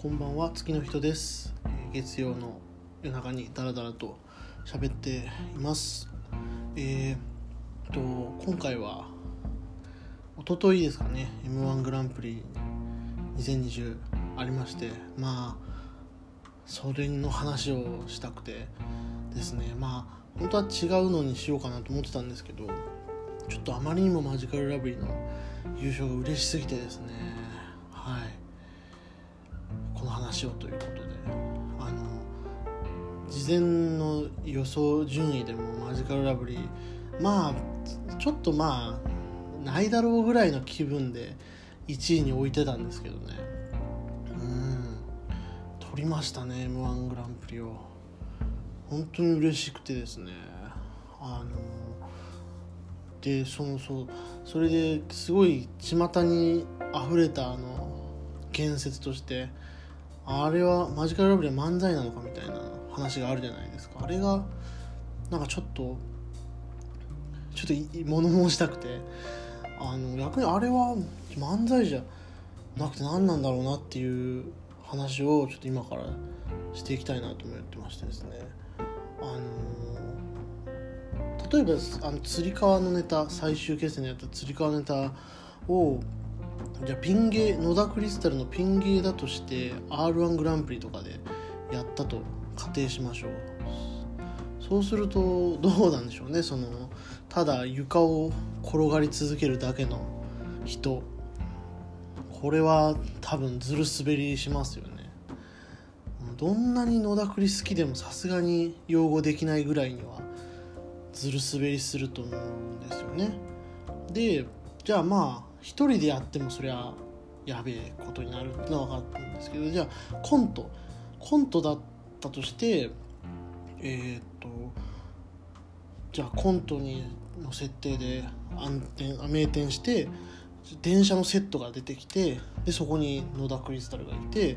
こんばんは、月の人です。月曜の夜中にダラダラと喋っています。今回は一昨日ですかね、 M1 グランプリ2020ありまして、それの話をしたくてですね、本当は違うのにしようかなと思ってたんですけど、ちょっとあまりにもマジカルラブリーの優勝が嬉しすぎてですね、この話をということで、事前の予想順位でもマジカルラブリーちょっとないだろうぐらいの気分で1位に置いてたんですけどね、取りましたね M1 グランプリを。本当に嬉しくてですね、でそれですごい巷に溢れた言説として、あれはマジカルラブリーは漫才なのかみたいな話があるじゃないですか。あれがちょっと物申したくて、逆にあれは漫才じゃなくて何なんだろうなっていう話をちょっと今からしていきたいなと思ってましてですね、例えばつり革のネタ、最終決戦でやったつり革のネタをじゃあピン芸、野田クリスタルのピン芸だとして R1 グランプリとかでやったと仮定しましょう。そうするとどうなんでしょうね。ただ床を転がり続けるだけの人、これは多分ずる滑りしますよね。どんなに野田クリ好きでもさすがに擁護できないぐらいにはずる滑りすると思うんですよね。で、じゃあ一人でやってもそりゃやべえことになるってのは分かるんですけど、じゃあコントだったとして、じゃあコントの設定で明転して電車のセットが出てきて、でそこに野田クリスタルがいて、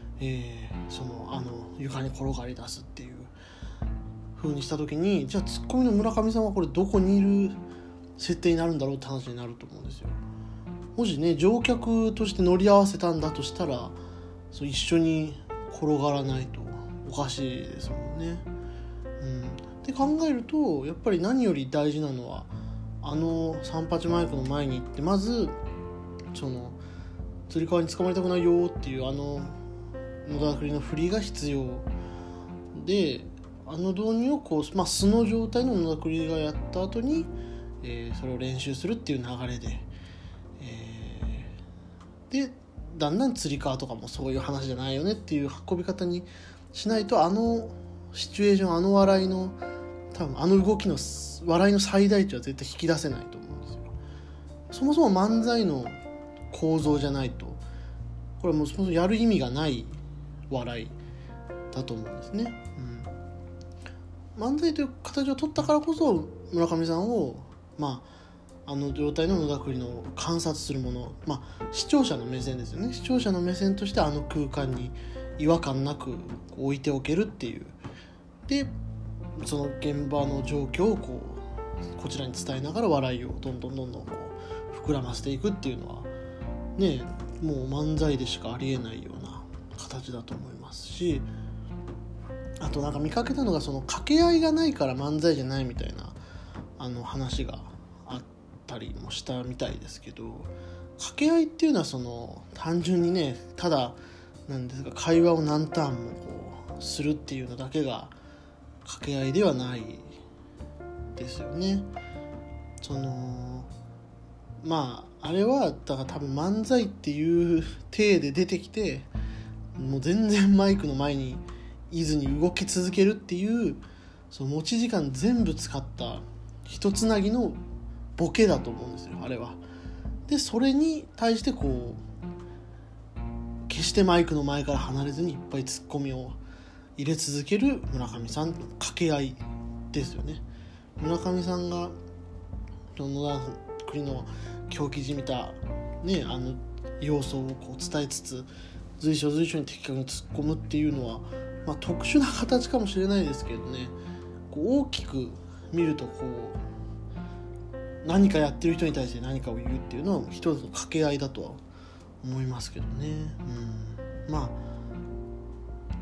床に転がり出すっていう風にした時に、じゃあツッコミの村上さんはこれどこにいる設定になるんだろうって話になると思うんですよ。もしね、乗客として乗り合わせたんだとしたら、一緒に転がらないとおかしいですもんね。って考えると、やっぱり何より大事なのは三八マイクの前に行って、まずつり革に捕まりたくないよっていう野田クリの振りが必要で、導入を素の状態の野田クリがやった後に、それを練習するっていう流れで、でだんだんつり革とかもそういう話じゃないよねっていう運び方にしないと、シチュエーション、笑いの多分動きの笑いの最大値は絶対引き出せないと思うんですよ。そもそも漫才の構造じゃないと、これはもうそもそもやる意味がない笑いだと思うんですね。漫才という形を取ったからこそ村上さんを状態の野田クリの観察するもの、視聴者の目線ですよね。視聴者の目線として空間に違和感なく置いておけるっていう、でその現場の状況をこちらに伝えながら笑いをどんどん膨らませていくっていうのはね、もう漫才でしかありえないような形だと思いますし、あと見かけたのが、掛け合いがないから漫才じゃないみたいな話があったりもしたみたいですけど、掛け合いっていうのは単純にね、ただなんですか、会話を何ターンもするっていうのだけが掛け合いではないですよね。あれはだから多分漫才っていう体で出てきて、もう全然マイクの前にいずに動き続けるっていう、持ち時間全部使った一つなぎのボケだと思うんですよ、あれは。でそれに対して決してマイクの前から離れずにいっぱいツッコミを入れ続ける村上さんの掛け合いですよね。村上さんが野田クリの狂気じみた要素を伝えつつ、随所随所に的確に突っ込むっていうのは、特殊な形かもしれないですけどね、大きく見ると何かやってる人に対して何かを言うっていうのは一つの掛け合いだとは思いますけどね。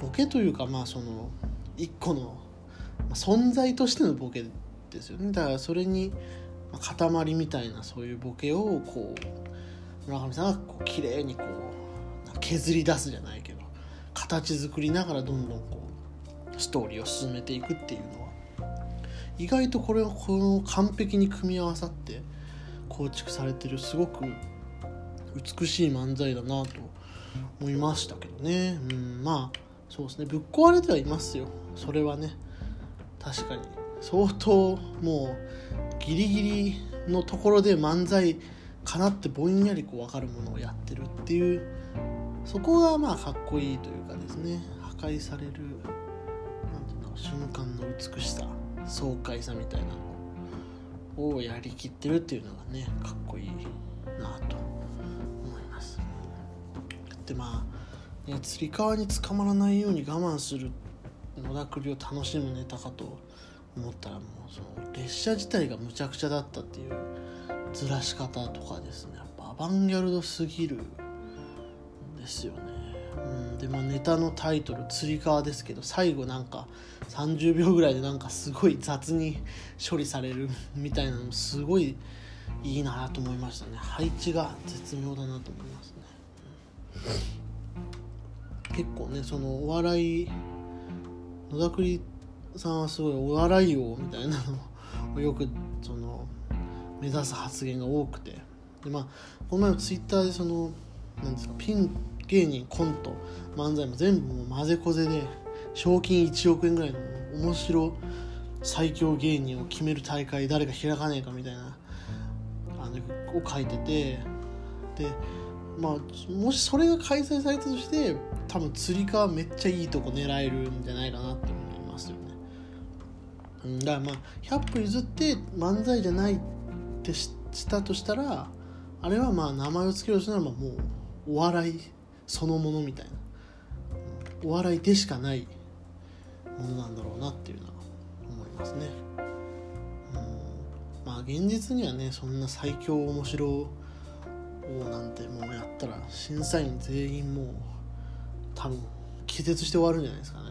ボケというかその一個の存在としてのボケですよね。だからそれに塊みたいなそういうボケをこう村上さんがこう綺麗にこう削り出すじゃないけど形作りながらどんどんこうストーリーを進めていくっていうのは意外とこの完璧に組み合わさって構築されてるすごく美しい漫才だなと思いましたけどね。そうですね、ぶっ壊れてはいますよ。それはね確かに相当もうギリギリのところで漫才かなってぼんやりこう分かるものをやってるっていう、そこがかっこいいというかですね、破壊されるなんていうの瞬間の美しさ、爽快さみたいなのをやりきってるっていうのがねかっこいいなと思います。でつり革に捕まらないように我慢する野田栗を楽しむネタかと思ったら、もうその列車自体がむちゃくちゃだったっていうずらし方とかですね、やっぱアバンギャルドすぎるんですよね。でネタのタイトルつり革ですけど、最後なんか30秒ぐらいでなんかすごい雑に処理されるみたいなのすごいいいなと思いましたね。配置が絶妙だなと思いますね。結構ねそのお笑い野田栗さんはすごいお笑い王みたいなのをよくその目指す発言が多くて、でこの前もツイッターでそのなんですかピン芸人コント漫才も全部もう混ぜこぜで賞金1億円ぐらいの面白最強芸人を決める大会誰か開かねえかみたいなを書いてて、でもしそれが開催されたとして多分釣り革めっちゃいいとこ狙えるんじゃないかなって思いますよね。だから100歩譲って漫才じゃないってしたとしたら、あれは名前を付けるとしたらもうお笑いそのものみたいな、お笑いでしかないものなんだろうなっていうのは思いますね。現実にはねそんな最強面白王なんてもうやったら審査員全員もう多分気絶して終わるんじゃないですかね。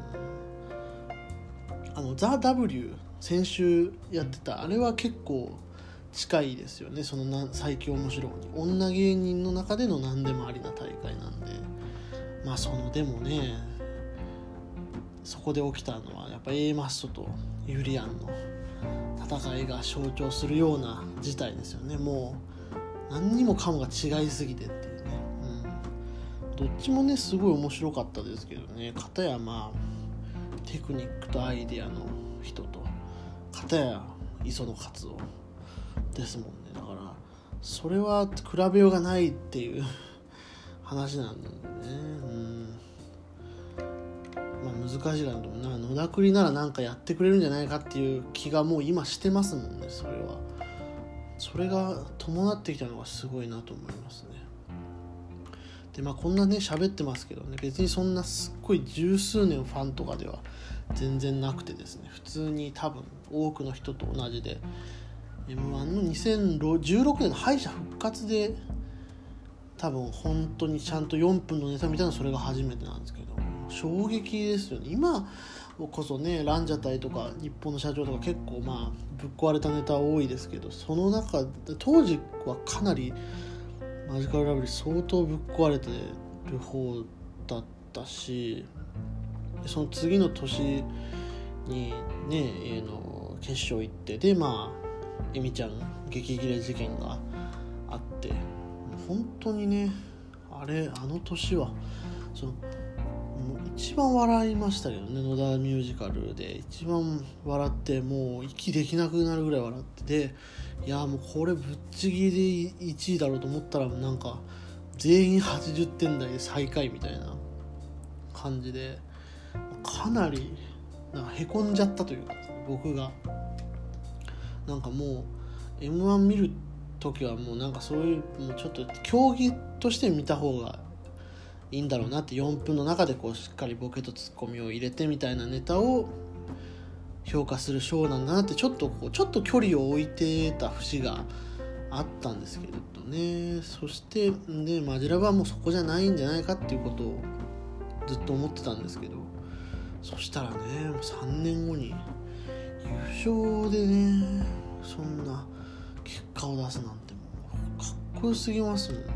ザ・ W 先週やってたあれは結構近いですよね。その最強面白い女芸人の中での何でもありな大会なんで、でもねそこで起きたのはやっぱ A マッソとユリアンの戦いが象徴するような事態ですよね。もう何にもかもが違いすぎてっていうね、どっちもねすごい面白かったですけどね、片やテクニックとアイデアの人と片や磯野勝夫ですもんね。だからそれは比べようがないっていう話なんでね、難しいかなと思う。野田栗ならなんかやってくれるんじゃないかっていう気がもう今してますもんね。それが伴ってきたのがすごいなと思いますね。でこんなね喋ってますけどね、別にそんなすっごい十数年ファンとかでは全然なくてですね、普通に多分多くの人と同じで M1 の2016年の敗者復活で多分本当にちゃんと4分のネタみたいなのそれが初めてなんですけど、衝撃ですよね。今こそねランジャタイとか日本の社長とか結構ぶっ壊れたネタ多いですけど、その中で当時はかなりマジカルラブリー相当ぶっ壊れてる方だったし、その次の年にね決勝行ってでエミちゃん激切れ事件があって、本当にねあの年はもう一番笑いましたけどね。野田ミュージカルで一番笑って、もう息できなくなるぐらい笑ってて、いやもうこれぶっちぎりで1位だろうと思ったらなんか全員80点台で最下位みたいな感じで、かなりへこんじゃったというか、僕がなんかもう M1 見るときはもうそういうもうちょっと競技として見た方がいいんだろうなって、4分の中でしっかりボケとツッコミを入れてみたいなネタを評価するショーなんだなってちょっと距離を置いてた節があったんですけれどね。そしてマジラブはもうそこじゃないんじゃないかっていうことをずっと思ってたんですけど、そしたらねもう3年後に優勝でねそんな結果を出すなんてもうかっこよすぎますもんね。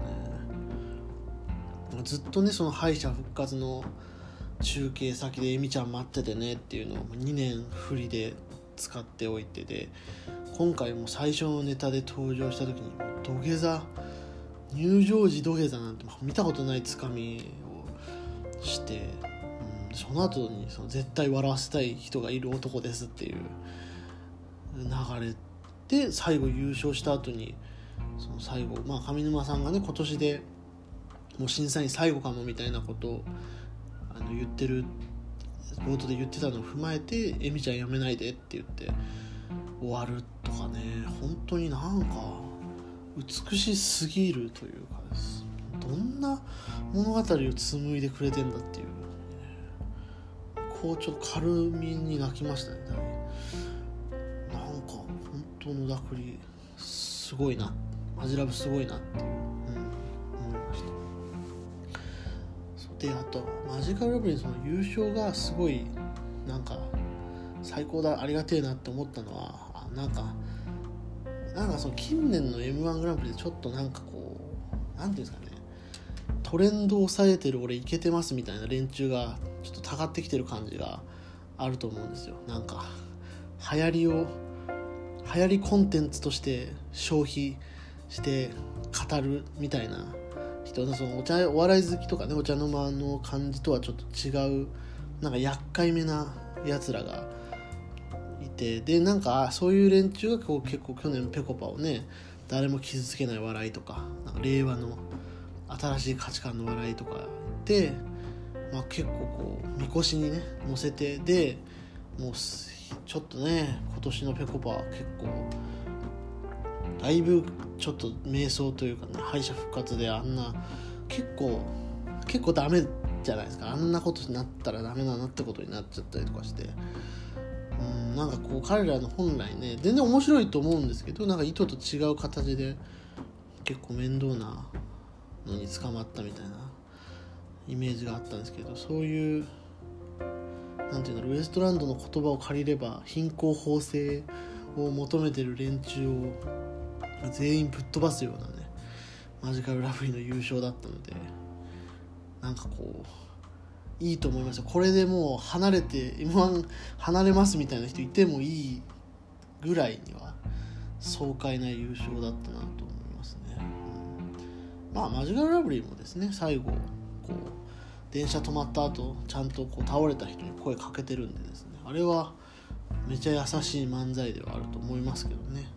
ずっとねその敗者復活の中継先でエミちゃん待っててねっていうのを2年振りで使っておいて、で今回も最初のネタで登場した時に土下座、入場時土下座なんて見たことないつかみをして、その後にその絶対笑わせたい人がいる男ですっていう流れで最後優勝した後にその最後、上沼さんがね今年でもう審査員最後かもみたいなことを言ってる冒頭で言ってたのを踏まえてエミちゃんやめないでって言って終わるとかね、本当になんか美しすぎるというかです。どんな物語を紡いでくれてんだっていう、こうちょっと軽みに泣きましたね。なんか本当のダクリすごいな、マジラブすごいなっていう、思いました。であとマジカルラブリーのその優勝がすごいなんか最高だ、ありがてえなって思ったのは、なんかその近年の M1 グランプリでちょっとなんかこうなんていうんですかね、トレンドを抑えてる俺イケてますみたいな連中がちょっとたかってきてる感じがあると思うんですよ。なんか流行りコンテンツとして消費して語るみたいな人、そのお笑い好きとかねお茶の間の感じとはちょっと違うなんか厄介めなやつらがいて、でなんかそういう連中がこう結構去年ペコパをね誰も傷つけない笑いとか、なんか令和の新しい価値観の笑いとかで、結構こうみこしにね乗せて、でもうちょっとね今年のペコパは結構だいぶちょっと迷走というかね、敗者復活であんな結構ダメじゃないですか。あんなことになったらダメだなってことになっちゃったりとかして、なんかこう彼らの本来ね全然面白いと思うんですけど、なんか意図と違う形で結構面倒なのに捕まったみたいなイメージがあったんですけど、そういうなんていうのウエストランドの言葉を借りれば貧困法制を求めてる連中を全員ぶっ飛ばすようなねマジカルラブリーの優勝だったので、なんかこういいと思いました。これでもう離れて M1 離れますみたいな人いてもいいぐらいには爽快な優勝だったなと思いますね。マジカルラブリーもですね最後こう電車止まった後ちゃんとこう倒れた人に声かけてるんでですね、あれはめちゃ優しい漫才ではあると思いますけどね。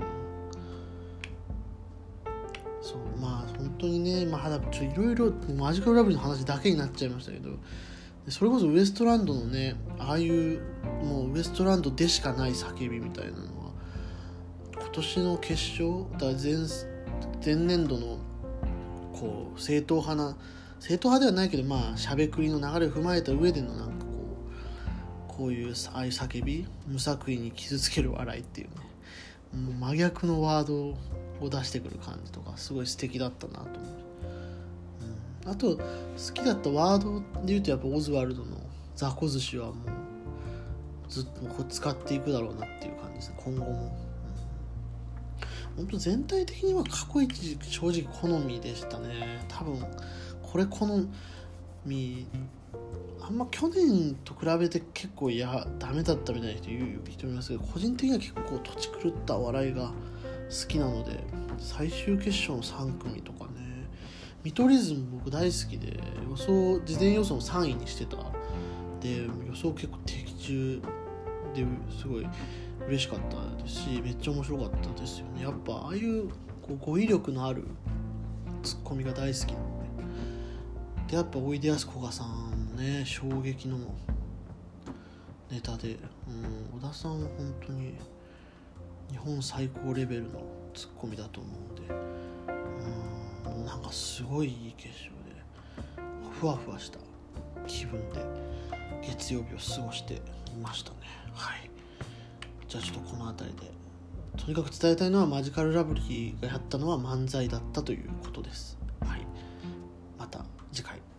そう本当にねいろいろマジカルラブリーの話だけになっちゃいましたけど、それこそウエストランドのねああいうもうウエストランドでしかない叫びみたいなのは今年の決勝だ前年度のこう正統派ではないけどしゃべくりの流れを踏まえた上でのなんかこういうああいう叫び、無作為に傷つける笑いっていうね、もう真逆のワードを出してくる感じとかすごい素敵だったなと思う。あと好きだったワードで言うとやっぱオズワルドの雑魚寿司はもうずっとこう使っていくだろうなっていう感じですね、今後も。本当全体的には過去一正直好みでしたね。多分これ好みあんま去年と比べて結構ダメだったみたいな人いますけど、個人的には結構土地狂った笑いが好きなので、最終決勝の3組とかね、見取り図も僕大好きで事前予想も3位にしてたで、予想結構的中ですごい嬉しかったですし、めっちゃ面白かったですよね。やっぱああいう語彙力のあるツッコミが大好きなので、やっぱおいでやすこがさんもね衝撃のネタで、小田さんは本当に日本最高レベルのツッコミだと思うので、もうなんかすごいいい決勝でふわふわした気分で月曜日を過ごしていましたね。はい、じゃあちょっとこの辺りでとにかく伝えたいのはマジカルラブリーがやったのは漫才だったということです。はい、また次回。